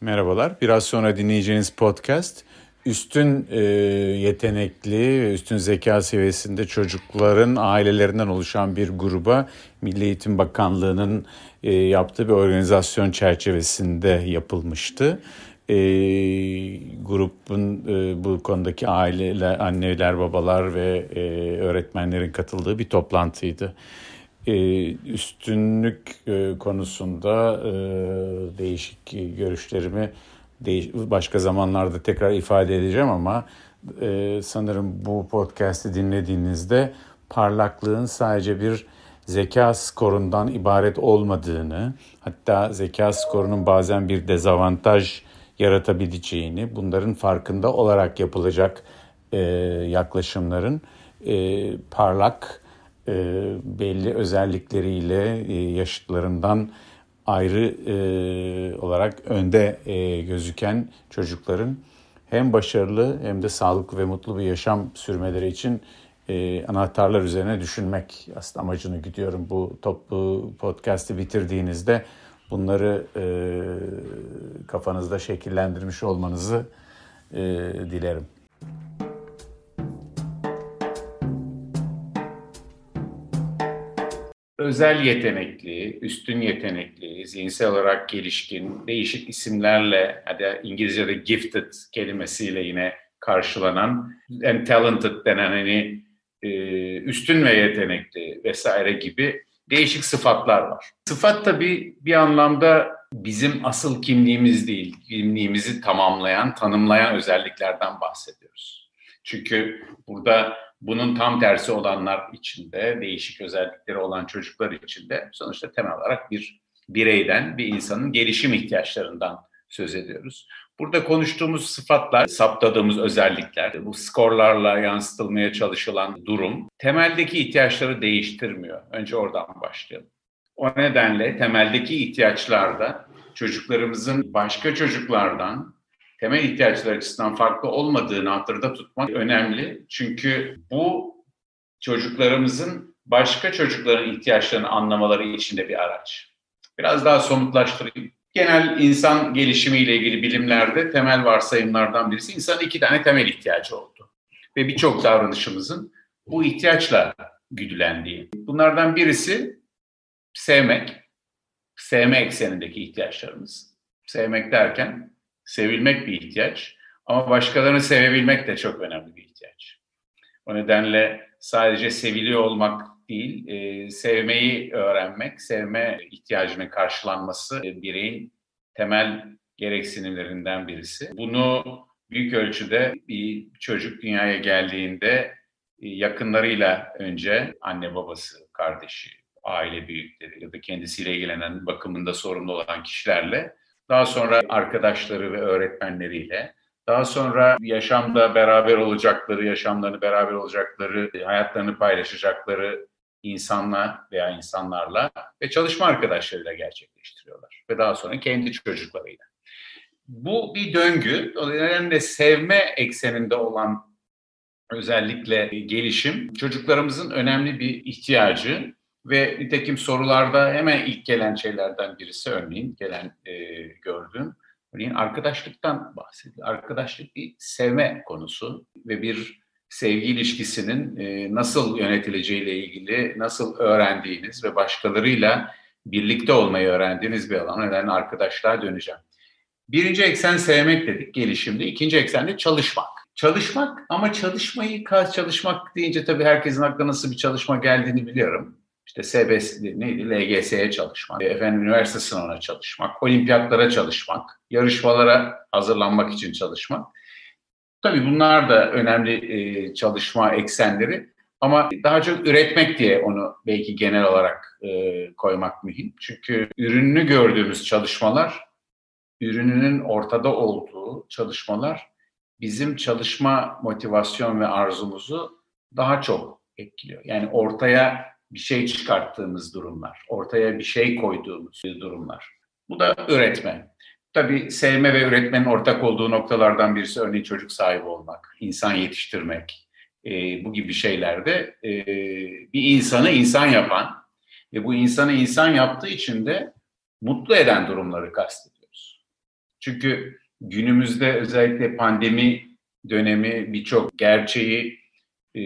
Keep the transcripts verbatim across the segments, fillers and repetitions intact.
Merhabalar. Biraz sonra dinleyeceğiniz podcast üstün e, yetenekli ve üstün zeka seviyesinde çocukların ailelerinden oluşan bir gruba Milli Eğitim Bakanlığı'nın e, yaptığı bir organizasyon çerçevesinde yapılmıştı. E, grubun e, bu konudaki aileler, anneler, babalar ve e, öğretmenlerin katıldığı bir toplantıydı. Ee, üstünlük e, konusunda e, değişik görüşlerimi değiş- başka zamanlarda tekrar ifade edeceğim ama e, sanırım bu podcast'i dinlediğinizde parlaklığın sadece bir zeka skorundan ibaret olmadığını, hatta zeka skorunun bazen bir dezavantaj yaratabileceğini, bunların farkında olarak yapılacak e, yaklaşımların e, parlak, E, belli özellikleriyle e, yaşıtlarından ayrı e, olarak önde e, gözüken çocukların hem başarılı hem de sağlıklı ve mutlu bir yaşam sürmeleri için e, anahtarlar üzerine düşünmek aslında amacını güdüyorum. Bu toplu podcast'i bitirdiğinizde bunları e, kafanızda şekillendirmiş olmanızı e, dilerim. Özel yetenekli, üstün yetenekli, zihinsel olarak gelişkin, değişik isimlerle, hadi İngilizce'de gifted kelimesiyle yine karşılanan, and talented denen hani e, üstün ve yetenekli vesaire gibi değişik sıfatlar var. Sıfat tabii bir anlamda bizim asıl kimliğimiz değil, kimliğimizi tamamlayan, tanımlayan özelliklerden bahsediyoruz. Çünkü burada bunun tam tersi olanlar içinde, değişik özellikleri olan çocuklar içinde sonuçta temel olarak bir bireyden, bir insanın gelişim ihtiyaçlarından söz ediyoruz. Burada konuştuğumuz sıfatlar, saptadığımız özellikler, bu skorlarla yansıtılmaya çalışılan durum temeldeki ihtiyaçları değiştirmiyor. Önce oradan başlayalım. O nedenle temeldeki ihtiyaçlarda çocuklarımızın başka çocuklardan temel ihtiyaçlar açısından farklı olmadığını hatırda tutmak önemli. Çünkü bu çocuklarımızın başka çocukların ihtiyaçlarını anlamaları için de bir araç. Biraz daha somutlaştırayım. Genel insan gelişimiyle ilgili bilimlerde temel varsayımlardan birisi insanın iki tane temel ihtiyacı oldu. Ve birçok davranışımızın bu ihtiyaçla güdülendiği. Bunlardan birisi sevmek. Sevme eksenindeki ihtiyaçlarımız. Sevmek derken sevilmek bir ihtiyaç ama başkalarını sevebilmek de çok önemli bir ihtiyaç. O nedenle sadece seviliyor olmak değil, e, sevmeyi öğrenmek, sevme ihtiyacının karşılanması e, bireyin temel gereksinimlerinden birisi. Bunu büyük ölçüde bir çocuk dünyaya geldiğinde e, yakınlarıyla önce anne babası, kardeşi, aile büyükleri ya da kendisiyle ilgilenen bakımında sorumlu olan kişilerle, daha sonra arkadaşları ve öğretmenleriyle, daha sonra yaşamda beraber olacakları, yaşamlarını beraber olacakları, hayatlarını paylaşacakları insanla veya insanlarla ve çalışma arkadaşlarıyla gerçekleştiriyorlar. Ve daha sonra kendi çocuklarıyla. Bu bir döngü. O nedenle sevme ekseninde olan özellikle gelişim çocuklarımızın önemli bir ihtiyacı. Ve nitekim sorularda hemen ilk gelen şeylerden birisi örneğin gelen e, gördüğüm örneğin arkadaşlıktan bahsediyor. Arkadaşlık bir sevme konusu ve bir sevgi ilişkisinin e, nasıl yönetileceğiyle ilgili nasıl öğrendiğiniz ve başkalarıyla birlikte olmayı öğrendiğiniz bir alan. Neden arkadaşlığa döneceğim. Birinci eksen sevmek dedik gelişimde. İkinci eksen de çalışmak. Çalışmak ama çalışmayı çalışmak deyince tabii herkesin aklına nasıl bir çalışma geldiğini biliyorum. İşte S B S neydi? L G S'ye çalışmak, efendim üniversite sınavına çalışmak, olimpiyatlara çalışmak, yarışmalara hazırlanmak için çalışmak. Tabii bunlar da önemli e, çalışma eksenleri ama daha çok üretmek diye onu belki genel olarak e, koymak mühim. Çünkü ürününü gördüğümüz çalışmalar, ürününün ortada olduğu çalışmalar bizim çalışma motivasyon ve arzumuzu daha çok etkiliyor. Yani ortaya bir şey çıkarttığımız durumlar, ortaya bir şey koyduğumuz durumlar. Bu da üretme. Tabii sevme ve üretmenin ortak olduğu noktalardan birisi örneğin çocuk sahibi olmak, insan yetiştirmek, e, bu gibi şeylerde e, bir insanı insan yapan ve bu insanı insan yaptığı için de mutlu eden durumları kastediyoruz. Çünkü günümüzde özellikle pandemi dönemi birçok gerçeği e,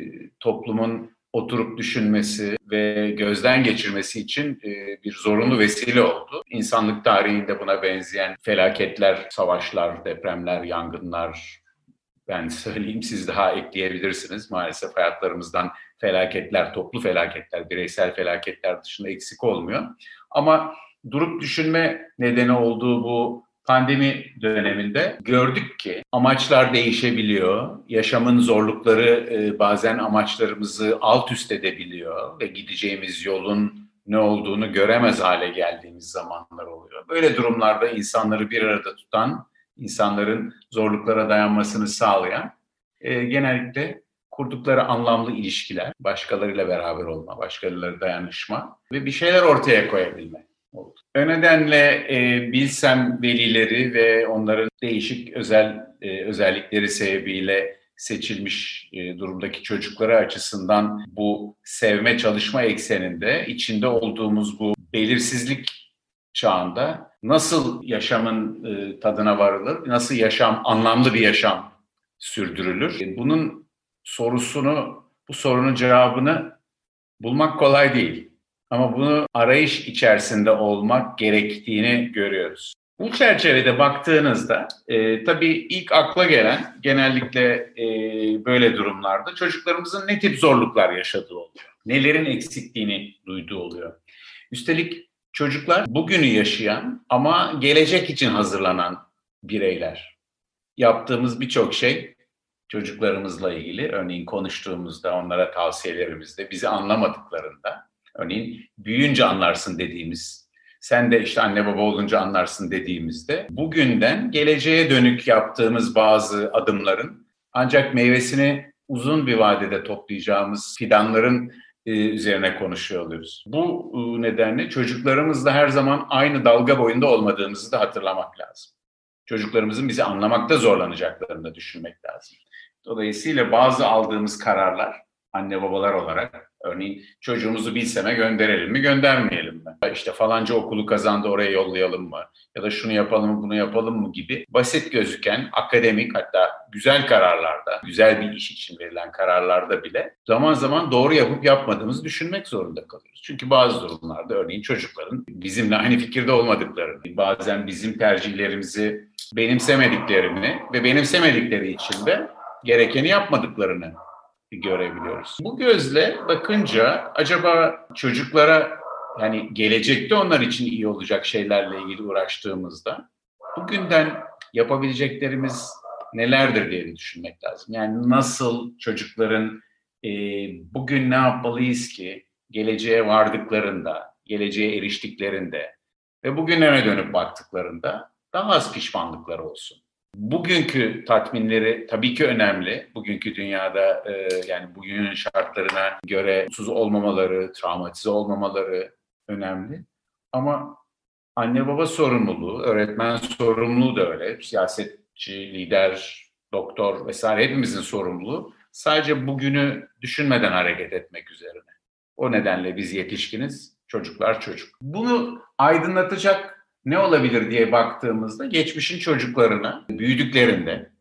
toplumun oturup düşünmesi ve gözden geçirmesi için e, bir zorunlu vesile oldu. İnsanlık tarihinde buna benzeyen felaketler, savaşlar, depremler, yangınlar, ben söyleyeyim siz daha ekleyebilirsiniz. Maalesef hayatlarımızdan felaketler, toplu felaketler, bireysel felaketler dışında eksik olmuyor. Ama durup düşünme nedeni olduğu bu pandemi döneminde gördük ki amaçlar değişebiliyor. Yaşamın zorlukları e, bazen amaçlarımızı alt üst edebiliyor ve gideceğimiz yolun ne olduğunu göremez hale geldiğimiz zamanlar oluyor. Böyle durumlarda insanları bir arada tutan, insanların zorluklara dayanmasını sağlayan e, genellikle kurdukları anlamlı ilişkiler, başkalarıyla beraber olma, başkalarıyla dayanışma ve bir şeyler ortaya koyabilme oldu. O nedenle e, Bilsem velileri ve onların değişik özel e, özellikleri sebebiyle seçilmiş e, durumdaki çocukları açısından bu sevme çalışma ekseninde içinde olduğumuz bu belirsizlik çağında nasıl yaşamın e, tadına varılır, nasıl yaşam, anlamlı bir yaşam sürdürülür? E, bunun sorusunu, bu sorunun cevabını bulmak kolay değil. Ama bunu arayış içerisinde olmak gerektiğini görüyoruz. Bu çerçevede baktığınızda e, tabii ilk akla gelen genellikle e, böyle durumlarda çocuklarımızın ne tip zorluklar yaşadığı oluyor. Nelerin eksikliğini duyduğu oluyor. Üstelik çocuklar bugünü yaşayan ama gelecek için hazırlanan bireyler. Yaptığımız birçok şey çocuklarımızla ilgili, örneğin konuştuğumuzda, onlara tavsiyelerimizde, bizi anlamadıklarında, örneğin büyüyünce anlarsın dediğimiz, sen de işte anne baba olunca anlarsın dediğimizde, bugünden geleceğe dönük yaptığımız bazı adımların ancak meyvesini uzun bir vadede toplayacağımız fidanların üzerine konuşuyor oluyoruz. Bu nedenle çocuklarımızla her zaman aynı dalga boyunda olmadığımızı da hatırlamak lazım. Çocuklarımızın bizi anlamakta zorlanacaklarını da düşünmek lazım. Dolayısıyla bazı aldığımız kararlar anne babalar olarak, örneğin çocuğumuzu Bilsem'e gönderelim mi, göndermeyelim mi? İşte falanca okulu kazandı, oraya yollayalım mı? Ya da şunu yapalım mı, bunu yapalım mı gibi basit gözüken akademik, hatta güzel kararlarda, güzel bir iş için verilen kararlarda bile zaman zaman doğru yapıp yapmadığımızı düşünmek zorunda kalıyoruz. Çünkü bazı durumlarda örneğin çocukların bizimle aynı fikirde olmadıklarını, bazen bizim tercihlerimizi benimsemediklerini ve benimsemedikleri için de gerekeni yapmadıklarını görebiliyoruz. Bu gözle bakınca acaba çocuklara, yani gelecekte onlar için iyi olacak şeylerle ilgili uğraştığımızda bugünden yapabileceklerimiz nelerdir diye düşünmek lazım. Yani nasıl çocukların e, bugün ne yapmalıyız ki geleceğe vardıklarında, geleceğe eriştiklerinde ve bugünlere dönüp baktıklarında daha az pişmanlıkları olsun. Bugünkü tatminleri tabii ki önemli. Bugünkü dünyada e, yani bugünün şartlarına göre mutsuz olmamaları, travmatize olmamaları önemli. Ama anne baba sorumluluğu, öğretmen sorumluluğu da öyle. Siyasetçi, lider, doktor vesaire hepimizin sorumluluğu. Sadece bugünü düşünmeden hareket etmek üzerine. O nedenle biz yetişkiniz, çocuklar çocuk. Bunu aydınlatacak ne olabilir diye baktığımızda geçmişin çocuklarına büyüdüklerinde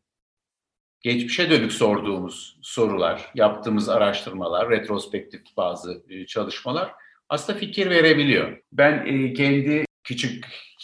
geçmişe dönük sorduğumuz sorular, yaptığımız araştırmalar, retrospektif bazı çalışmalar aslında fikir verebiliyor. Ben kendi küçük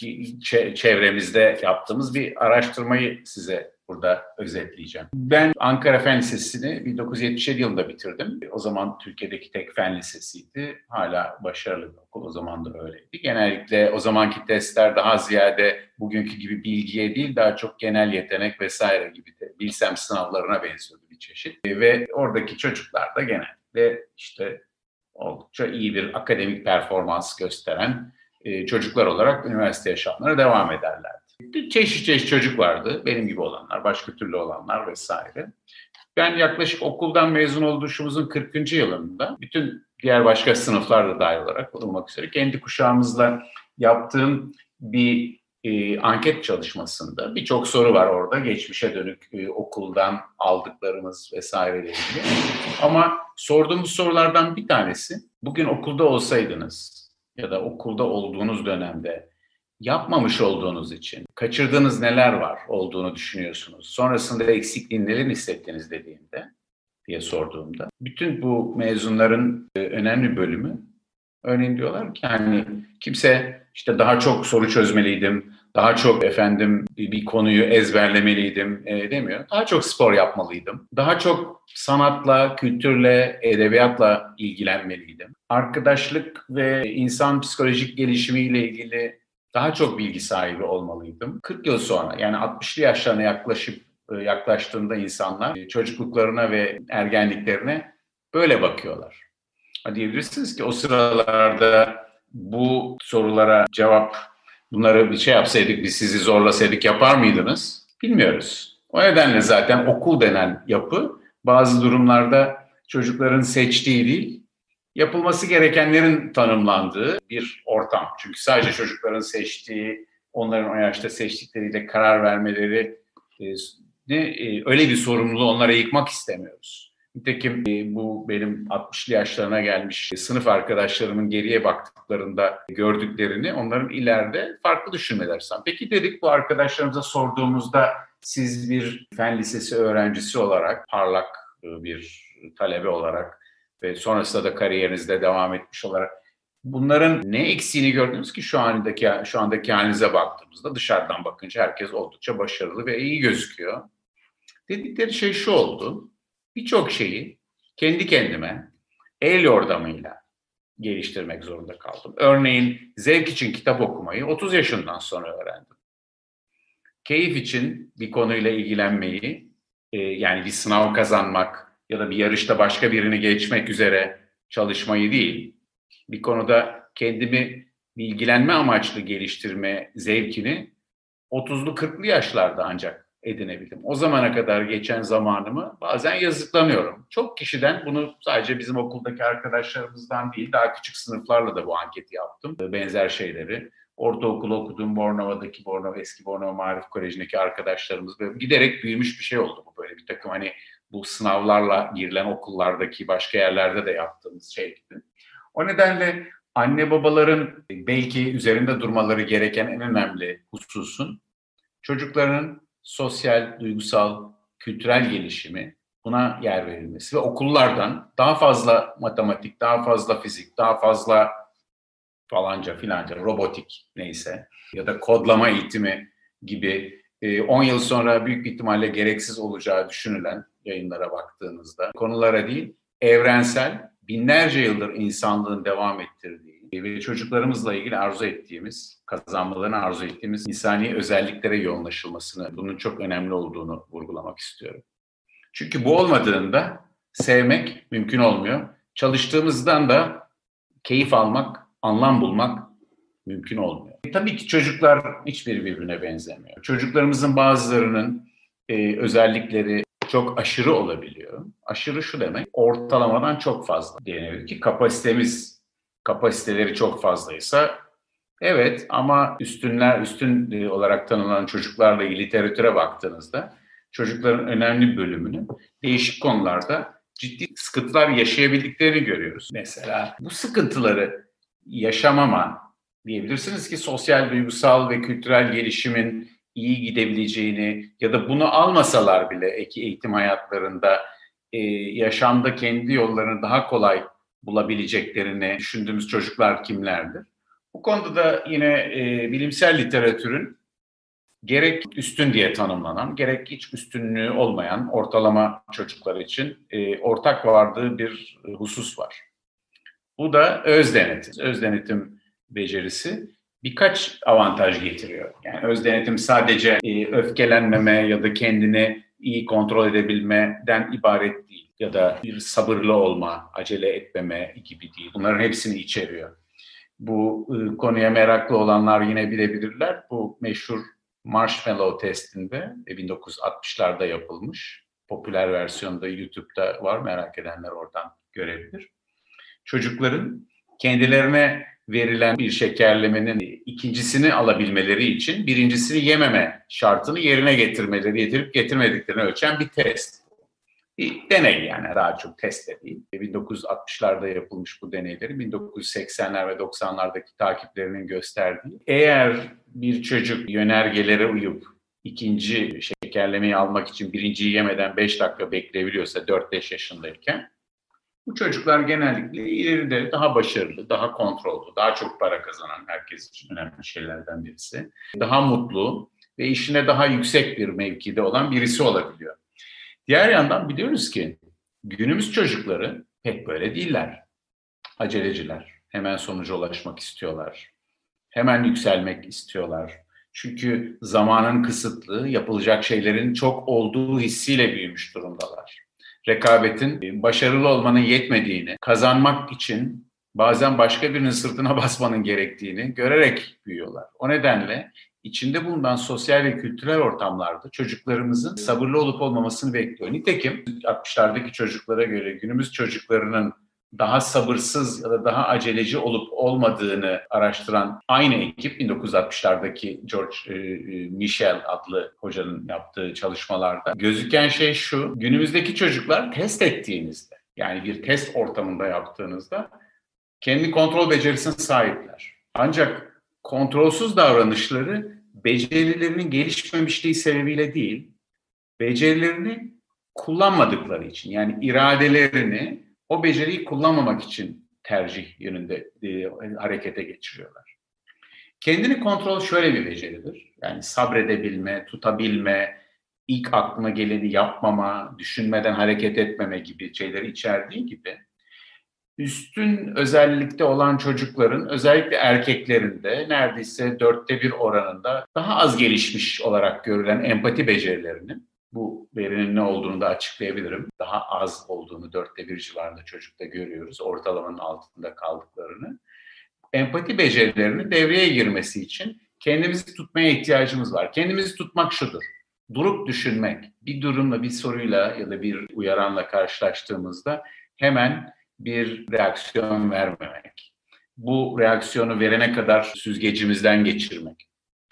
çevremizde yaptığımız bir araştırmayı size burada özetleyeceğim. Ben Ankara Fen Lisesi'ni bin dokuz yüz yetmiş yedi yılında bitirdim. O zaman Türkiye'deki tek fen lisesiydi. Hala başarılı bir okul, o zaman da öyleydi. Genellikle o zamanki testler daha ziyade bugünkü gibi bilgiye değil, daha çok genel yetenek vesaire gibi de Bilsem sınavlarına benziyordu bir çeşit. Ve oradaki çocuklar da genellikle işte oldukça iyi bir akademik performans gösteren çocuklar olarak üniversite yaşamlarına devam ederlerdi. Çeşit çeşit çocuk vardı. Benim gibi olanlar, başka türlü olanlar vesaire. Ben yaklaşık okuldan mezun oluşumuzun kırkıncı yılında bütün diğer başka sınıflar da dahil olarak olmak üzere kendi kuşağımızla yaptığım bir e, anket çalışmasında birçok soru var orada. Geçmişe dönük e, okuldan aldıklarımız vesaire ile ilgili. Ama sorduğumuz sorulardan bir tanesi, bugün okulda olsaydınız ya da okulda olduğunuz dönemde yapmamış olduğunuz için, kaçırdığınız neler var olduğunu düşünüyorsunuz. Sonrasında eksikliğin neler hissettiniz dediğimde diye sorduğumda bütün bu mezunların e, önemli bölümü örneğin diyorlar ki hani kimse işte daha çok soru çözmeliydim, daha çok efendim bir konuyu ezberlemeliydim e, demiyor. Daha çok spor yapmalıydım. Daha çok sanatla, kültürle, edebiyatla ilgilenmeliydim. Arkadaşlık ve insan psikolojik gelişimiyle ilgili daha çok bilgi sahibi olmalıydım. kırk yıl sonra yani altmışlı yaşlarına yaklaşıp yaklaştığında insanlar çocukluklarına ve ergenliklerine böyle bakıyorlar. Diyebilirsiniz ki o sıralarda bu sorulara cevap, bunları bir şey yapsaydık, biz sizi zorlasaydık yapar mıydınız? Bilmiyoruz. O nedenle zaten okul denen yapı bazı durumlarda çocukların seçtiği değil, yapılması gerekenlerin tanımlandığı bir ortam. Çünkü sadece çocukların seçtiği, onların o yaşta seçtikleriyle karar vermeleri ne, öyle bir sorumluluğu onlara yıkmak istemiyoruz. Nitekim bu benim altmışlı yaşlarına gelmiş sınıf arkadaşlarımın geriye baktıklarında gördüklerini onların ileride farklı düşünmeler sanırım. Peki dedik bu arkadaşlarımıza sorduğumuzda siz bir fen lisesi öğrencisi olarak, parlak bir talebe olarak ve sonrasında da kariyerinizde devam etmiş olarak bunların ne eksiğini gördünüz ki şu andaki şu andaki halinize baktığımızda dışarıdan bakınca herkes oldukça başarılı ve iyi gözüküyor. Dedikleri şey şu oldu. Birçok şeyi kendi kendime el yordamıyla geliştirmek zorunda kaldım. Örneğin zevk için kitap okumayı otuz yaşından sonra öğrendim. Keyif için bir konuyla ilgilenmeyi, e, yani bir sınav kazanmak ya da bir yarışta başka birini geçmek üzere çalışmayı değil, bir konuda kendimi bilgilenme amaçlı geliştirme zevkini otuzlu kırklı yaşlarda ancak edinebildim. O zamana kadar geçen zamanımı bazen yazıklanıyorum. Çok kişiden, bunu sadece bizim okuldaki arkadaşlarımızdan değil, daha küçük sınıflarla da bu anketi yaptım. Benzer şeyleri. Ortaokul okuduğum Bornova'daki, Bornova, eski Bornova Marif Koleji'ndeki arkadaşlarımız böyle giderek büyümüş bir şey oldu bu. Böyle bir takım hani bu sınavlarla girilen okullardaki başka yerlerde de yaptığımız şey gibi. O nedenle anne babaların belki üzerinde durmaları gereken en önemli hususun çocukların sosyal, duygusal, kültürel gelişimi, buna yer verilmesi ve okullardan daha fazla matematik, daha fazla fizik, daha fazla falanca filanca, robotik neyse ya da kodlama eğitimi gibi on yıl sonra büyük bir ihtimalle gereksiz olacağı düşünülen yayınlara baktığınızda konulara değil, evrensel, binlerce yıldır insanlığın devam ettirdiği ve çocuklarımızla ilgili arzu ettiğimiz, kazanmalarını arzu ettiğimiz insani özelliklere yoğunlaşılmasını, bunun çok önemli olduğunu vurgulamak istiyorum. Çünkü bu olmadığında sevmek mümkün olmuyor. Çalıştığımızdan da keyif almak, anlam bulmak mümkün olmuyor. E, tabii ki çocuklar hiçbiri birbirine benzemiyor. Çocuklarımızın bazılarının e, özellikleri çok aşırı olabiliyor. Aşırı şu demek, ortalamadan çok fazla deniyor ki kapasitemiz, kapasiteleri çok fazlaysa evet, ama üstünler, üstün olarak tanımlanan çocuklarla ilgili literatüre baktığınızda çocukların önemli bir bölümünün değişik konularda ciddi sıkıntılar yaşayabildiklerini görüyoruz. Mesela bu sıkıntıları yaşamama diyebilirsiniz ki sosyal, duygusal ve kültürel gelişimin iyi gidebileceğini ya da bunu almasalar bile eğitim hayatlarında e, yaşamda kendi yollarını daha kolay bulabileceklerini düşündüğümüz çocuklar kimlerdir? Bu konuda da yine e, bilimsel literatürün gerek üstün diye tanımlanan, gerek hiç üstünlüğü olmayan ortalama çocuklar için e, ortak vardığı bir husus var. Bu da öz denetim. Öz denetim becerisi birkaç avantaj getiriyor. Yani öz denetim sadece e, öfkelenmeme ya da kendini iyi kontrol edebilmeden ibaret değil. Ya da bir sabırlı olma, acele etmeme gibi değil. Bunların hepsini içeriyor. Bu e, konuya meraklı olanlar yine bilebilirler. Bu meşhur Marshmallow testinde e, bin dokuz yüz altmışlarda yapılmış. Popüler versiyonu da YouTube'da var. Merak edenler oradan görebilir. Çocukların kendilerine verilen bir şekerlemenin ikincisini alabilmeleri için birincisini yememe şartını yerine getirmeleri, getirip getirmediklerini ölçen bir test. Bir deney yani daha çok test de değil. bin dokuz yüz altmışlarda yapılmış bu deneyleri bin dokuz yüz seksenler ve doksanlardaki takiplerinin gösterdiği. Eğer bir çocuk yönergelere uyup ikinci şekerlemeyi almak için birinciyi yemeden beş dakika bekleyebiliyorsa dört beş yaşındayken bu çocuklar genellikle ileride daha başarılı, daha kontrollü, daha çok para kazanan herkes için önemli şeylerden birisi. Daha mutlu ve işine daha yüksek bir mevkide olan birisi olabiliyor. Diğer yandan biliyoruz ki günümüz çocukları pek böyle değiller. Aceleciler. Hemen sonuca ulaşmak istiyorlar. Hemen yükselmek istiyorlar. Çünkü zamanın kısıtlı, yapılacak şeylerin çok olduğu hissiyle büyümüş durumdalar. Rekabetin başarılı olmanın yetmediğini, kazanmak için bazen başka birinin sırtına basmanın gerektiğini görerek büyüyorlar. O nedenle içinde bulunan sosyal ve kültürel ortamlarda çocuklarımızın sabırlı olup olmamasını bekliyor. Nitekim altmışlardaki çocuklara göre günümüz çocuklarının daha sabırsız ya da daha aceleci olup olmadığını araştıran aynı ekip bin dokuz yüz altmışlardaki George e, Michel adlı hocanın yaptığı çalışmalarda gözüken şey şu: günümüzdeki çocuklar test ettiğinizde, yani bir test ortamında yaptığınızda kendi kontrol becerisine sahipler. Ancak kontrolsüz davranışları becerilerinin gelişmemişliği sebebiyle değil, becerilerini kullanmadıkları için, yani iradelerini o beceriyi kullanmamak için tercih yönünde e, harekete geçiriyorlar. Kendini kontrol şöyle bir beceridir. Yani sabredebilme, tutabilme, ilk aklına geleni yapmama, düşünmeden hareket etmeme gibi şeyleri içerdiği gibi üstün özellikte olan çocukların, özellikle erkeklerinde neredeyse dörtte bir oranında daha az gelişmiş olarak görülen empati becerilerinin, bu verinin ne olduğunu da açıklayabilirim, daha az olduğunu dörtte bir civarında çocukta görüyoruz, ortalamanın altında kaldıklarını. Empati becerilerinin devreye girmesi için kendimizi tutmaya ihtiyacımız var. Kendimizi tutmak şudur: durup düşünmek, bir durumla, bir soruyla ya da bir uyaranla karşılaştığımızda hemen bir reaksiyon vermemek. Bu reaksiyonu verene kadar süzgecimizden geçirmek.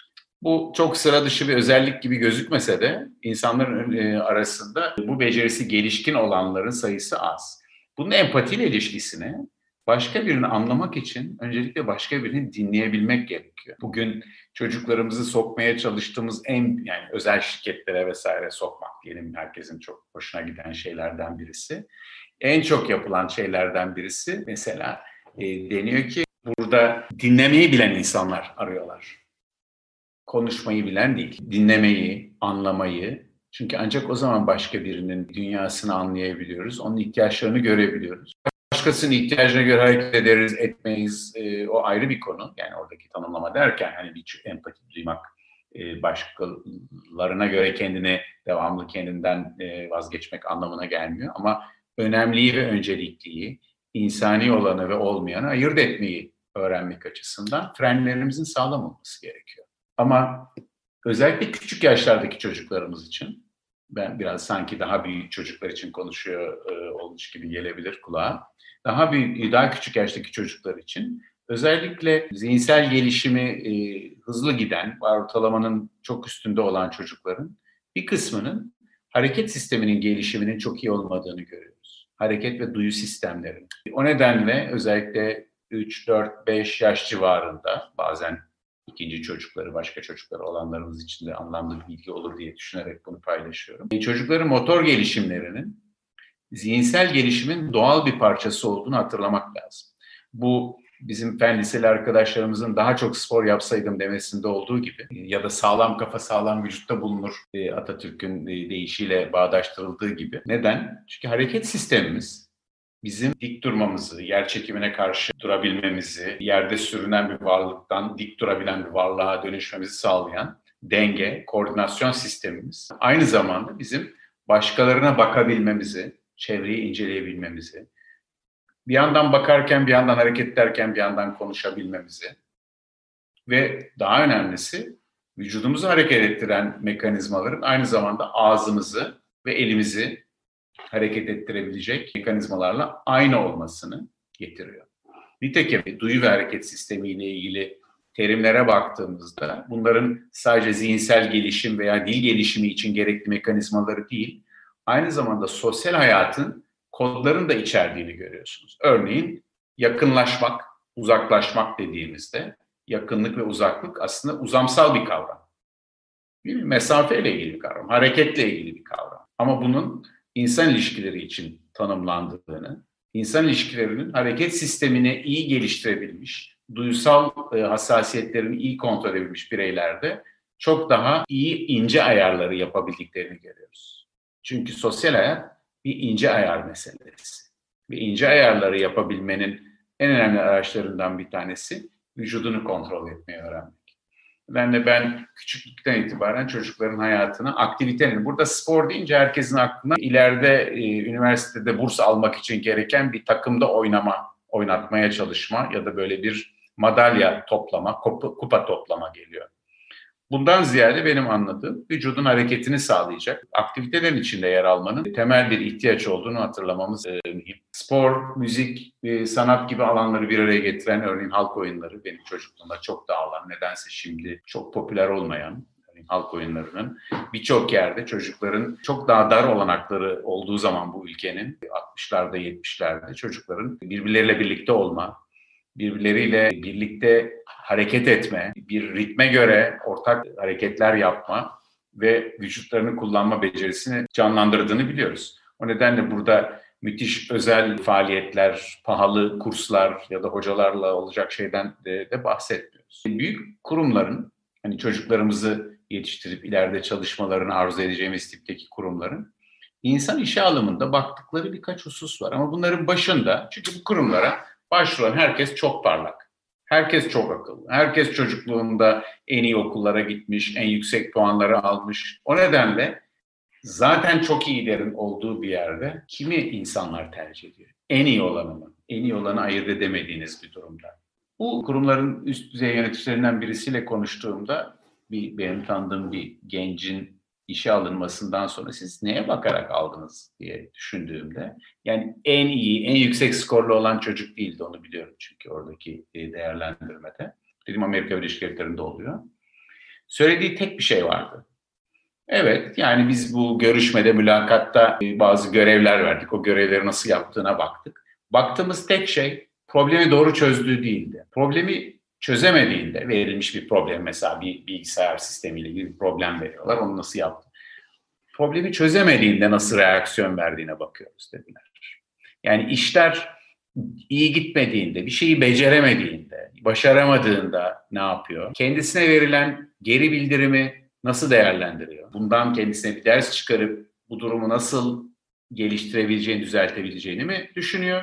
Bu çok sıra dışı bir özellik gibi gözükmese de insanların arasında bu becerisi gelişkin olanların sayısı az. Bunun empatiyle ilişkisini başka birini anlamak için öncelikle başka birini dinleyebilmek gerekiyor. Bugün çocuklarımızı sokmaya çalıştığımız en, yani özel şirketlere vesaire sokmak diyelim, herkesin çok hoşuna giden şeylerden birisi. En çok yapılan şeylerden birisi mesela e, deniyor ki burada dinlemeyi bilen insanlar arıyorlar. Konuşmayı bilen değil, dinlemeyi, anlamayı. Çünkü ancak o zaman başka birinin dünyasını anlayabiliyoruz, onun ihtiyaçlarını görebiliyoruz. Başkasının ihtiyacına göre hareket ederiz, etmeyiz, e, o ayrı bir konu. Yani oradaki tanımlama derken hani bir empati duymak, e, başkalarına göre kendini devamlı kendinden e, vazgeçmek anlamına gelmiyor. Ama önemliyi ve öncelikliyi, insani olanı ve olmayanı ayırt etmeyi öğrenmek açısından frenlerimizin sağlam olması gerekiyor. Ama özellikle küçük yaşlardaki çocuklarımız için, ben biraz sanki daha büyük çocuklar için konuşuyor e, olmuş gibi gelebilir kulağa. Daha büyük, daha küçük yaştaki çocuklar için özellikle zihinsel gelişimi e, hızlı giden, ortalamanın çok üstünde olan çocukların bir kısmının hareket sisteminin gelişiminin çok iyi olmadığını görüyoruz. Hareket ve duyu sistemlerinin. O nedenle özellikle üç, dört, beş yaş civarında, bazen ikinci çocukları, başka çocukları olanlarımız için de anlamlı bir bilgi olur diye düşünerek bunu paylaşıyorum. E, çocukların motor gelişimlerinin zihinsel gelişimin doğal bir parçası olduğunu hatırlamak lazım. Bu bizim fen liseli arkadaşlarımızın daha çok spor yapsaydım demesinde olduğu gibi ya da sağlam kafa sağlam vücutta bulunur e, Atatürk'ün e, deyişiyle bağdaştırıldığı gibi. Neden? Çünkü hareket sistemimiz bizim dik durmamızı, yer çekimine karşı durabilmemizi, yerde sürünen bir varlıktan dik durabilen bir varlığa dönüşmemizi sağlayan denge, koordinasyon sistemimiz. Aynı zamanda bizim başkalarına bakabilmemizi, çevreyi inceleyebilmemizi, bir yandan bakarken, bir yandan hareket ederken, bir yandan konuşabilmemizi ve daha önemlisi vücudumuzu hareket ettiren mekanizmaların aynı zamanda ağzımızı ve elimizi hareket ettirebilecek mekanizmalarla aynı olmasını getiriyor. Nitekim duyu ve hareket sistemiyle ilgili terimlere baktığımızda bunların sadece zihinsel gelişim veya dil gelişimi için gerekli mekanizmaları değil, aynı zamanda sosyal hayatın kodlarını da içerdiğini görüyorsunuz. Örneğin yakınlaşmak, uzaklaşmak dediğimizde yakınlık ve uzaklık aslında uzamsal bir kavram. Değil mi? Mesafeyle ilgili bir kavram, hareketle ilgili bir kavram. Ama bunun insan ilişkileri için tanımlandığını, insan ilişkilerinin hareket sistemini iyi geliştirebilmiş, duysal e, hassasiyetlerini iyi kontrol edebilmiş bireylerde çok daha iyi ince ayarları yapabildiklerini görüyoruz. Çünkü sosyal hayat bir ince ayar meselesi. Ve ince ayarları yapabilmenin en önemli araçlarından bir tanesi vücudunu kontrol etmeyi öğrenmek. Nedenle ben küçüklükten itibaren çocukların hayatına aktivitenin, burada spor deyince herkesin aklına ileride e, üniversitede burs almak için gereken bir takımda oynama, oynatmaya çalışma ya da böyle bir madalya toplama, kupa, kupa toplama geliyor. Bundan ziyade benim anladığım vücudun hareketini sağlayacak aktivitelerin içinde yer almanın temel bir ihtiyaç olduğunu hatırlamamız e, mühim. Spor, müzik, e, sanat gibi alanları bir araya getiren örneğin halk oyunları benim çocukluğumda çok dağılan, nedense şimdi çok popüler olmayan örneğin halk oyunlarının birçok yerde çocukların çok daha dar olanakları olduğu zaman bu ülkenin altmışlarda yetmişlerde çocukların birbirleriyle birlikte olma, birbirleriyle birlikte hareket etme, bir ritme göre ortak hareketler yapma ve vücutlarını kullanma becerisini canlandırdığını biliyoruz. O nedenle burada müthiş özel faaliyetler, pahalı kurslar ya da hocalarla olacak şeyden de, de bahsetmiyoruz. Büyük kurumların, hani çocuklarımızı yetiştirip ileride çalışmalarını arzu edeceğimiz tipteki kurumların insan işe alımında baktıkları birkaç husus var. Ama bunların başında, çünkü bu kurumlara başvuran herkes çok parlak. Herkes çok akıllı. Herkes çocukluğunda en iyi okullara gitmiş, en yüksek puanları almış. O nedenle zaten çok iyilerin olduğu bir yerde kimi insanlar tercih ediyor? En iyi olanı mı? En iyi olanı ayırt edemediğiniz bir durumda. Bu kurumların üst düzey yöneticilerinden birisiyle konuştuğumda bir, benim tanıdığım bir gencin işe alınmasından sonra siz neye bakarak aldınız diye düşündüğümde, yani en iyi, en yüksek skorlu olan çocuk değildi, onu biliyorum çünkü oradaki değerlendirmede. Dedim Amerika Birleşik Devletleri'nde oluyor. Söylediği tek bir şey vardı. Evet, yani biz bu görüşmede, mülakatta bazı görevler verdik. O görevleri nasıl yaptığına baktık. Baktığımız tek şey problemi doğru çözdüğü değildi. Problemi çözemediğinde, verilmiş bir problem, mesela bir bilgisayar sistemiyle ilgili bir problem veriyorlar, onu nasıl yaptı? Problemi çözemediğinde nasıl reaksiyon verdiğine bakıyoruz dediler. Yani işler iyi gitmediğinde, bir şeyi beceremediğinde, başaramadığında ne yapıyor? Kendisine verilen geri bildirimi nasıl değerlendiriyor? Bundan kendisine bir ders çıkarıp bu durumu nasıl geliştirebileceğini, düzeltebileceğini mi düşünüyor?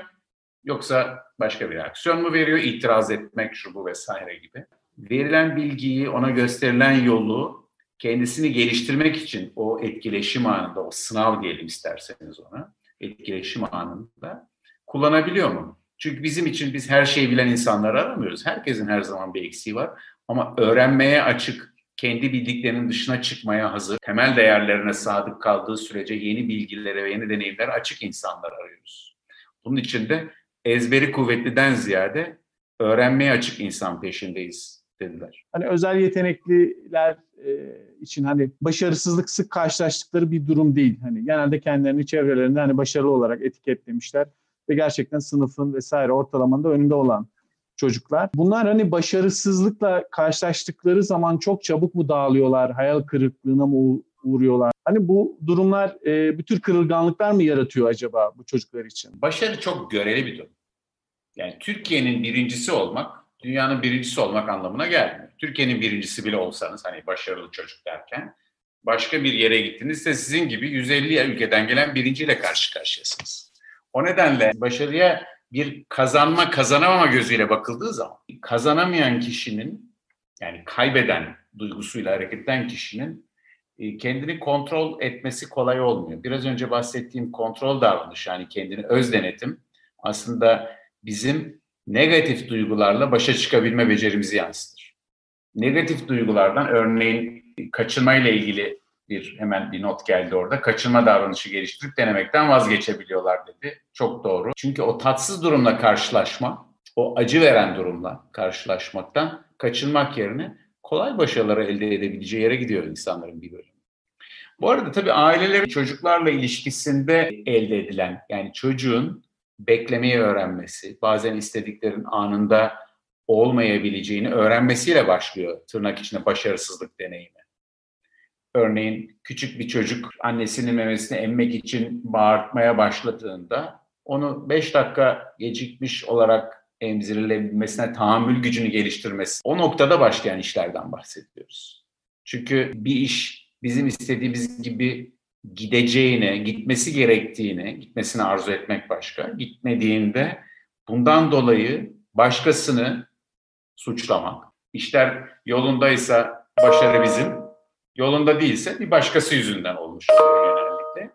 Yoksa başka bir reaksiyon mu veriyor? İtiraz etmek, şu bu vesaire gibi. Verilen bilgiyi, ona gösterilen yolu kendisini geliştirmek için o etkileşim anında, o sınav diyelim isterseniz ona, etkileşim anında kullanabiliyor mu? Çünkü bizim için biz her şeyi bilen insanları aramıyoruz. Herkesin her zaman bir eksiği var. Ama öğrenmeye açık, kendi bildiklerinin dışına çıkmaya hazır, temel değerlerine sadık kaldığı sürece yeni bilgilere ve yeni deneyimlere açık insanlar arıyoruz. Bunun için de ezberi kuvvetliden ziyade öğrenmeye açık insan peşindeyiz dediler. Hani özel yetenekliler e, için hani başarısızlık sık karşılaştıkları bir durum değil. Hani genelde kendilerini çevrelerinde hani başarılı olarak etiketlemişler ve gerçekten sınıfın vesaire ortalamanın da önünde olan çocuklar. Bunlar hani başarısızlıkla karşılaştıkları zaman çok çabuk mu dağılıyorlar, hayal kırıklığına mı uğruyorlar? Hani bu durumlar e, bir tür kırılganlıklar mı yaratıyor acaba bu çocuklar için? Başarı çok göreli bir durum. Yani Türkiye'nin birincisi olmak, dünyanın birincisi olmak anlamına gelmiyor. Türkiye'nin birincisi bile olsanız, hani başarılı çocuk derken, başka bir yere gittiğinizde sizin gibi yüz elli ülkeden gelen birinciyle karşı karşıyasınız. O nedenle başarıya bir kazanma kazanamama gözüyle bakıldığı zaman, kazanamayan kişinin, yani kaybeden duygusuyla hareket eden kişinin kendini kontrol etmesi kolay olmuyor. Biraz önce bahsettiğim kontrol davranışı, yani kendini öz denetim, aslında bizim negatif duygularla başa çıkabilme becerimizi yansıtır. Negatif duygulardan, örneğin kaçınmayla ilgili bir hemen bir not geldi orada. Kaçınma davranışı geliştirip denemekten vazgeçebiliyorlar dedi. Çok doğru. Çünkü o tatsız durumla karşılaşma, o acı veren durumla karşılaşmaktan kaçınmak yerine kolay başarıları elde edebileceği yere gidiyor insanların bir bölümü. Bu arada tabii ailelerin çocuklarla ilişkisinde elde edilen, yani çocuğun beklemeyi öğrenmesi, bazen istediklerin anında olmayabileceğini öğrenmesiyle başlıyor tırnak içinde başarısızlık deneyimi. Örneğin küçük bir çocuk annesinin memesini emmek için bağırtmaya başladığında onu beş dakika gecikmiş olarak emzirilebilmesine tahammül gücünü geliştirmesi. O noktada başlayan işlerden bahsediyoruz. Çünkü bir iş bizim istediğimiz gibi gideceğine, gitmesi gerektiğini, gitmesini arzu etmek başka. Gitmediğinde bundan dolayı başkasını suçlamak. İşler yolundaysa başarı bizim, yolunda değilse bir başkası yüzünden olmuş genellikle.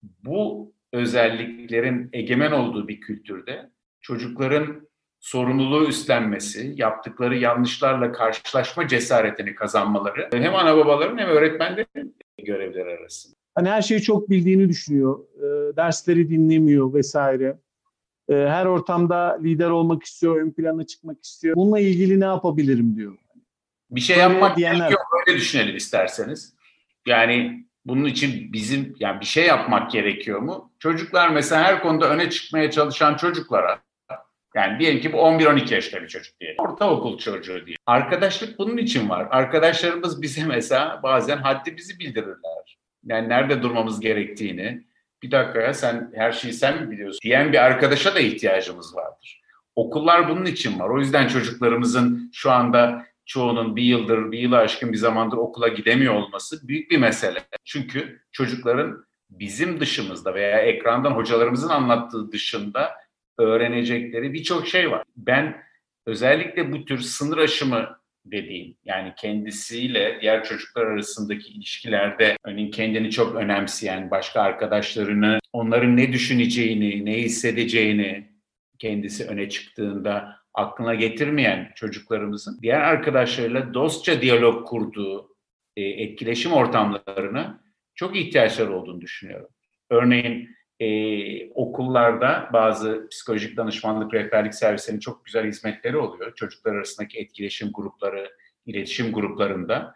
Bu özelliklerin egemen olduğu bir kültürde çocukların sorumluluğu üstlenmesi, yaptıkları yanlışlarla karşılaşma cesaretini kazanmaları hem ana babaların hem öğretmenlerin görevleri arasında. Hani her şeyi çok bildiğini düşünüyor, e, dersleri dinlemiyor vesaire. E, her ortamda lider olmak istiyor, ön plana çıkmak istiyor. Bununla ilgili ne yapabilirim diyor. Bir şey Böyle yapmak diyenler... gerekiyor, öyle düşünelim isterseniz. Yani bunun için bizim, yani bir şey yapmak gerekiyor mu? Çocuklar mesela her konuda öne çıkmaya çalışan çocuklara, yani diyelim ki bu on bir on iki yaşta bir çocuk diyelim. Ortaokul çocuğu diye. Arkadaşlık bunun için var. Arkadaşlarımız bize mesela bazen haddimizi bildirirler. Yani nerede durmamız gerektiğini, bir dakika ya sen her şeyi sen mi biliyorsun diyen bir arkadaşa da ihtiyacımız vardır. Okullar bunun için var. O yüzden çocuklarımızın şu anda çoğunun bir yıldır, bir yılı aşkın bir zamandır okula gidemiyor olması büyük bir mesele. Çünkü çocukların bizim dışımızda veya ekrandan hocalarımızın anlattığı dışında öğrenecekleri birçok şey var. Ben özellikle bu tür sınır aşımı dediğim, yani kendisiyle diğer çocuklar arasındaki ilişkilerde örneğin kendini çok önemseyen, başka arkadaşlarını, onların ne düşüneceğini, ne hissedeceğini kendisi öne çıktığında aklına getirmeyen çocuklarımızın diğer arkadaşlarıyla dostça diyalog kurduğu e, etkileşim ortamlarına çok ihtiyaçları olduğunu düşünüyorum. Örneğin Ee, okullarda bazı psikolojik danışmanlık rehberlik servislerinin çok güzel hizmetleri oluyor. Çocuklar arasındaki etkileşim grupları, iletişim gruplarında.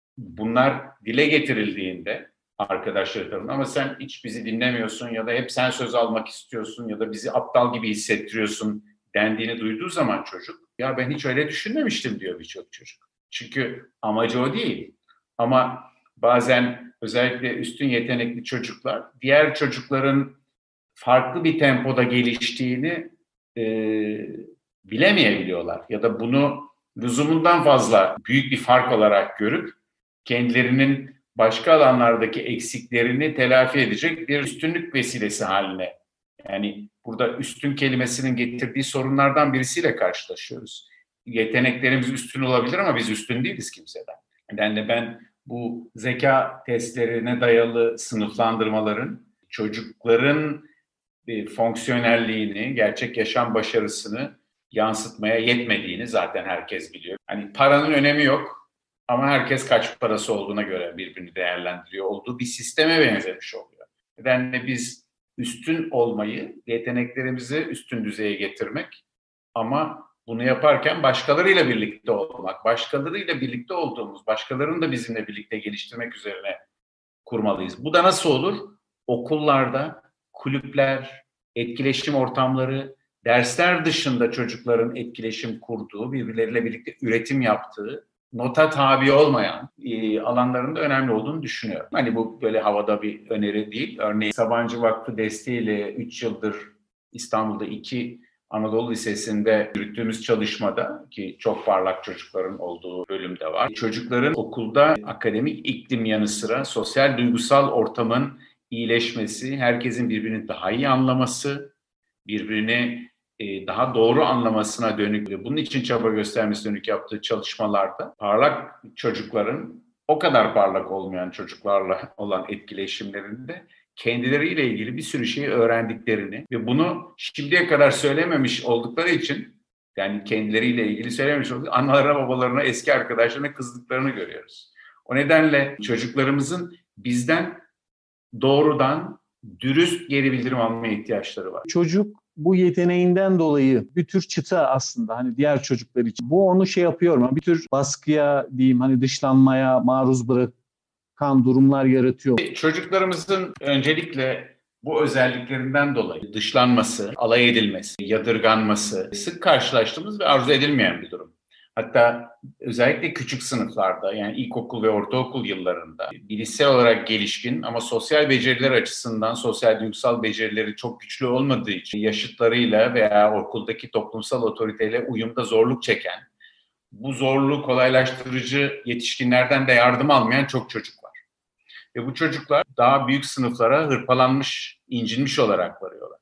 Bunlar dile getirildiğinde arkadaşlar tarafından ama sen hiç bizi dinlemiyorsun ya da hep sen söz almak istiyorsun ya da bizi aptal gibi hissettiriyorsun dendiğini duyduğu zaman çocuk, ya ben hiç öyle düşünmemiştim diyor birçok çocuk. Çünkü amacı o değil. Ama bazen özellikle üstün yetenekli çocuklar diğer çocukların farklı bir tempoda geliştiğini e, bilemeyebiliyorlar. Ya da bunu lüzumundan fazla büyük bir fark olarak görüp kendilerinin başka alanlardaki eksiklerini telafi edecek bir üstünlük vesilesi haline. Yani burada üstün kelimesinin getirdiği sorunlardan birisiyle karşılaşıyoruz. Yeteneklerimiz üstün olabilir ama biz üstün değiliz kimseden. Yani ben bu zeka testlerine dayalı sınıflandırmaların çocukların e, fonksiyonelliğini, gerçek yaşam başarısını yansıtmaya yetmediğini zaten herkes biliyor. Hani paranın önemi yok ama herkes kaç parası olduğuna göre birbirini değerlendiriyor olduğu bir sisteme benzemiş oluyor. Nedenle biz üstün olmayı, yeteneklerimizi üstün düzeye getirmek ama bunu yaparken başkalarıyla birlikte olmak, başkalarıyla birlikte olduğumuz, başkalarını da bizimle birlikte geliştirmek üzerine kurmalıyız. Bu da nasıl olur? Okullarda, kulüpler, etkileşim ortamları, dersler dışında çocukların etkileşim kurduğu, birbirleriyle birlikte üretim yaptığı, nota tabi olmayan e, alanların da önemli olduğunu düşünüyorum. Hani bu böyle havada bir öneri değil. Örneğin Sabancı Vakfı desteğiyle üç yıldır İstanbul'da iki Anadolu Lisesi'nde yürüttüğümüz çalışmada ki çok parlak çocukların olduğu bölümde var. Çocukların okulda akademik iklim yanı sıra sosyal duygusal ortamın iyileşmesi, herkesin birbirini daha iyi anlaması, birbirini e, daha doğru anlamasına dönük ve bunun için çaba göstermesi dönük yaptığı çalışmalarda parlak çocukların o kadar parlak olmayan çocuklarla olan etkileşimlerinde kendileriyle ilgili bir sürü şeyi öğrendiklerini ve bunu şimdiye kadar söylememiş oldukları için, yani kendileriyle ilgili söylememiş oldukları analarına, babalarına, eski arkadaşlarına kızdıklarını görüyoruz. O nedenle çocuklarımızın bizden doğrudan dürüst geri bildirim almaya ihtiyaçları var. Çocuk bu yeteneğinden dolayı bir tür çıta aslında hani diğer çocuklar için. Bu onu şey yapıyor mu? Bir tür baskıya diyeyim hani dışlanmaya maruz bırak kan durumlar yaratıyor. Çocuklarımızın öncelikle bu özelliklerinden dolayı dışlanması, alay edilmesi, yadırganması sık karşılaştığımız ve arzu edilmeyen bir durum. Hatta özellikle küçük sınıflarda, yani ilkokul ve ortaokul yıllarında bilişsel olarak gelişkin ama sosyal beceriler açısından sosyal duygusal becerileri çok güçlü olmadığı için yaşıtlarıyla veya okuldaki toplumsal otoriteyle uyumda zorluk çeken, bu zorluğu kolaylaştırıcı yetişkinlerden de yardım almayan çok çocuk var. Ve bu çocuklar daha büyük sınıflara hırpalanmış, incinmiş olarak varıyorlar.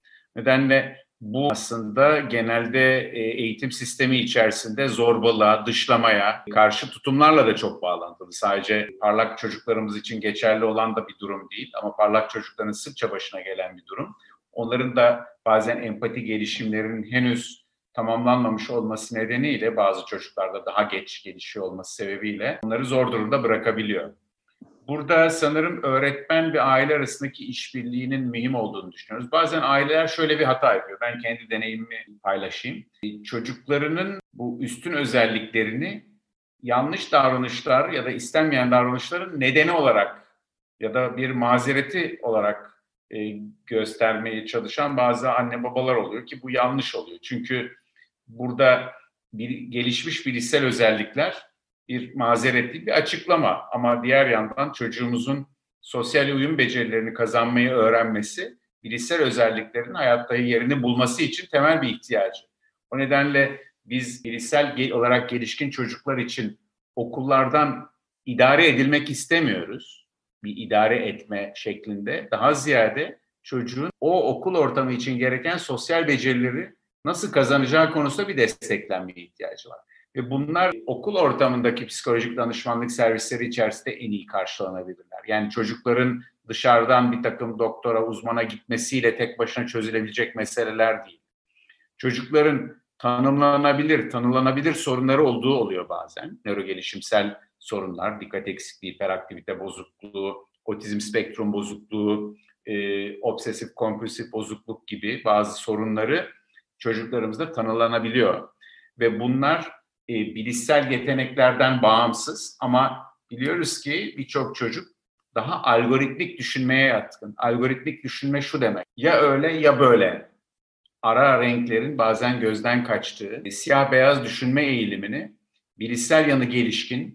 Nedenle bu aslında genelde eğitim sistemi içerisinde zorbalığa, dışlamaya karşı tutumlarla da çok bağlantılı. Sadece parlak çocuklarımız için geçerli olan da bir durum değil ama parlak çocukların sıkça başına gelen bir durum. Onların da bazen empati gelişimlerinin henüz tamamlanmamış olması nedeniyle bazı çocuklarda daha geç gelişiyor olması sebebiyle onları zor durumda bırakabiliyor. Burada sanırım öğretmen ve aile arasındaki işbirliğinin mühim olduğunu düşünüyoruz. Bazen aileler şöyle bir hata yapıyor. Ben kendi deneyimimi paylaşayım. Çocuklarının bu üstün özelliklerini yanlış davranışlar ya da istenmeyen davranışların nedeni olarak ya da bir mazereti olarak göstermeye çalışan bazı anne babalar oluyor ki bu yanlış oluyor. Çünkü burada bir, gelişmiş bilişsel özellikler bir mazeret değil, bir açıklama. Ama diğer yandan çocuğumuzun sosyal uyum becerilerini kazanmayı öğrenmesi, bilişsel özelliklerin hayatta yerini bulması için temel bir ihtiyacı. O nedenle biz bilişsel olarak gelişkin çocuklar için okullardan idare edilmek istemiyoruz. Bir idare etme şeklinde. Daha ziyade çocuğun o okul ortamı için gereken sosyal becerileri nasıl kazanacağı konusunda bir desteklenmeye ihtiyacı var. Ve bunlar okul ortamındaki psikolojik danışmanlık servisleri içerisinde en iyi karşılanabilirler. Yani çocukların dışarıdan bir takım doktora, uzmana gitmesiyle tek başına çözülebilecek meseleler değil. Çocukların tanımlanabilir, tanılanabilir sorunları olduğu oluyor bazen. Nörogelişimsel sorunlar, dikkat eksikliği, hiperaktivite bozukluğu, otizm spektrum bozukluğu, e, obsesif kompulsif bozukluk gibi bazı sorunları çocuklarımızda tanılanabiliyor. Ve bunlar E, bilişsel yeteneklerden bağımsız ama biliyoruz ki birçok çocuk daha algoritmik düşünmeye yatkın. Algoritmik düşünme şu demek: ya öyle ya böyle. Ara renklerin bazen gözden kaçtığı, siyah beyaz düşünme eğilimini bilişsel yanı gelişkin,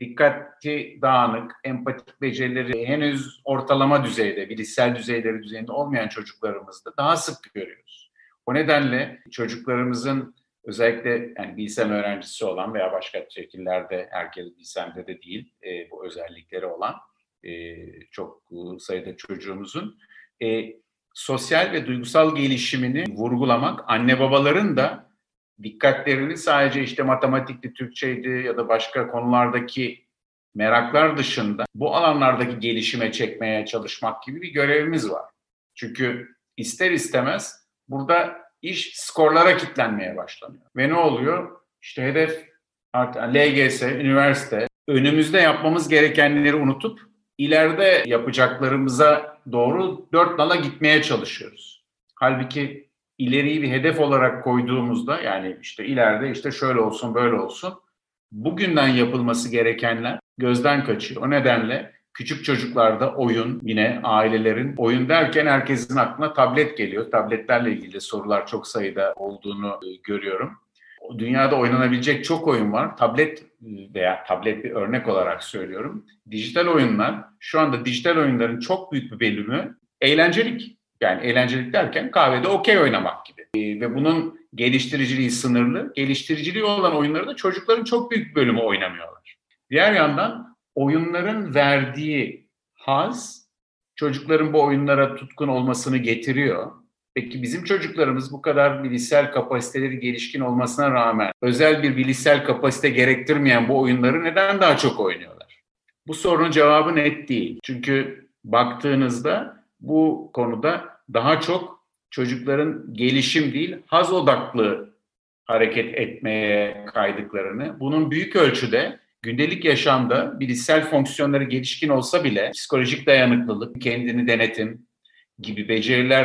dikkati dağınık, empatik becerileri henüz ortalama düzeyde, bilişsel düzeyleri düzeyinde olmayan çocuklarımızda daha sık görüyoruz. O nedenle çocuklarımızın özellikle yani bilsem öğrencisi olan veya başka şekillerde, herkes bilsemde de değil, e, bu özellikleri olan e, çok sayıda çocuğumuzun e, sosyal ve duygusal gelişimini vurgulamak, anne babaların da dikkatlerini sadece işte matematikti, Türkçeydi ya da başka konulardaki meraklar dışında bu alanlardaki gelişime çekmeye çalışmak gibi bir görevimiz var. Çünkü ister istemez burada İş skorlara kilitlenmeye başlanıyor. Ve ne oluyor? İşte hedef artık L G S, üniversite. Önümüzde yapmamız gerekenleri unutup ileride yapacaklarımıza doğru dört nala gitmeye çalışıyoruz. Halbuki ileriyi bir hedef olarak koyduğumuzda yani işte ileride işte şöyle olsun böyle olsun bugünden yapılması gerekenler gözden kaçıyor. O nedenle küçük çocuklarda oyun, yine ailelerin oyun derken herkesin aklına tablet geliyor. Tabletlerle ilgili sorular çok sayıda olduğunu görüyorum. Dünyada oynanabilecek çok oyun var. Tablet veya tablet bir örnek olarak söylüyorum. Dijital oyunlar, şu anda dijital oyunların çok büyük bir bölümü eğlencelik. Yani eğlencelik derken kahvede okey oynamak gibi. Ve bunun geliştiriciliği sınırlı. Geliştiriciliği olan oyunları da çocukların çok büyük bir bölümü oynamıyorlar. Diğer yandan oyunların verdiği haz, çocukların bu oyunlara tutkun olmasını getiriyor. Peki bizim çocuklarımız bu kadar bilişsel kapasiteleri gelişkin olmasına rağmen özel bir bilişsel kapasite gerektirmeyen bu oyunları neden daha çok oynuyorlar? Bu sorunun cevabı net değil. Çünkü baktığınızda bu konuda daha çok çocukların gelişim değil, haz odaklı hareket etmeye kaydıklarını, bunun büyük ölçüde gündelik yaşamda bilişsel fonksiyonları gelişkin olsa bile psikolojik dayanıklılık, kendini denetim gibi beceriler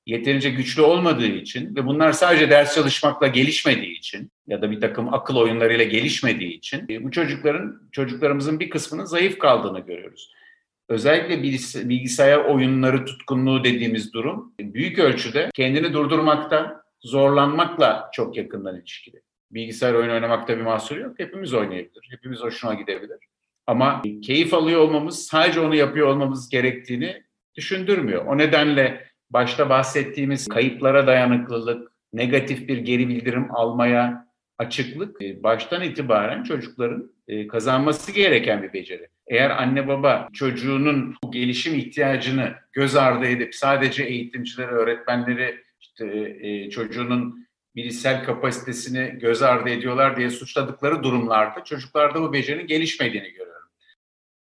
yeterince güçlü olmadığı için ve bunlar sadece ders çalışmakla gelişmediği için ya da bir takım akıl oyunlarıyla gelişmediği için bu çocukların, çocuklarımızın bir kısmının zayıf kaldığını görüyoruz. Özellikle bilgisayar oyunları tutkunluğu dediğimiz durum büyük ölçüde kendini durdurmakta zorlanmakla çok yakından ilişkili. Bilgisayar oyunu oynamakta bir mahsur yok. Hepimiz oynayabilir. Hepimiz hoşuna gidebilir. Ama keyif alıyor olmamız, sadece onu yapıyor olmamız gerektiğini düşündürmüyor. O nedenle başta bahsettiğimiz kayıplara dayanıklılık, negatif bir geri bildirim almaya açıklık baştan itibaren çocukların kazanması gereken bir beceri. Eğer anne baba çocuğunun bu gelişim ihtiyacını göz ardı edip sadece eğitimcileri, öğretmenleri işte, çocuğunun bilişsel kapasitesini göz ardı ediyorlar diye suçladıkları durumlarda çocuklarda bu becerinin gelişmediğini görüyoruz.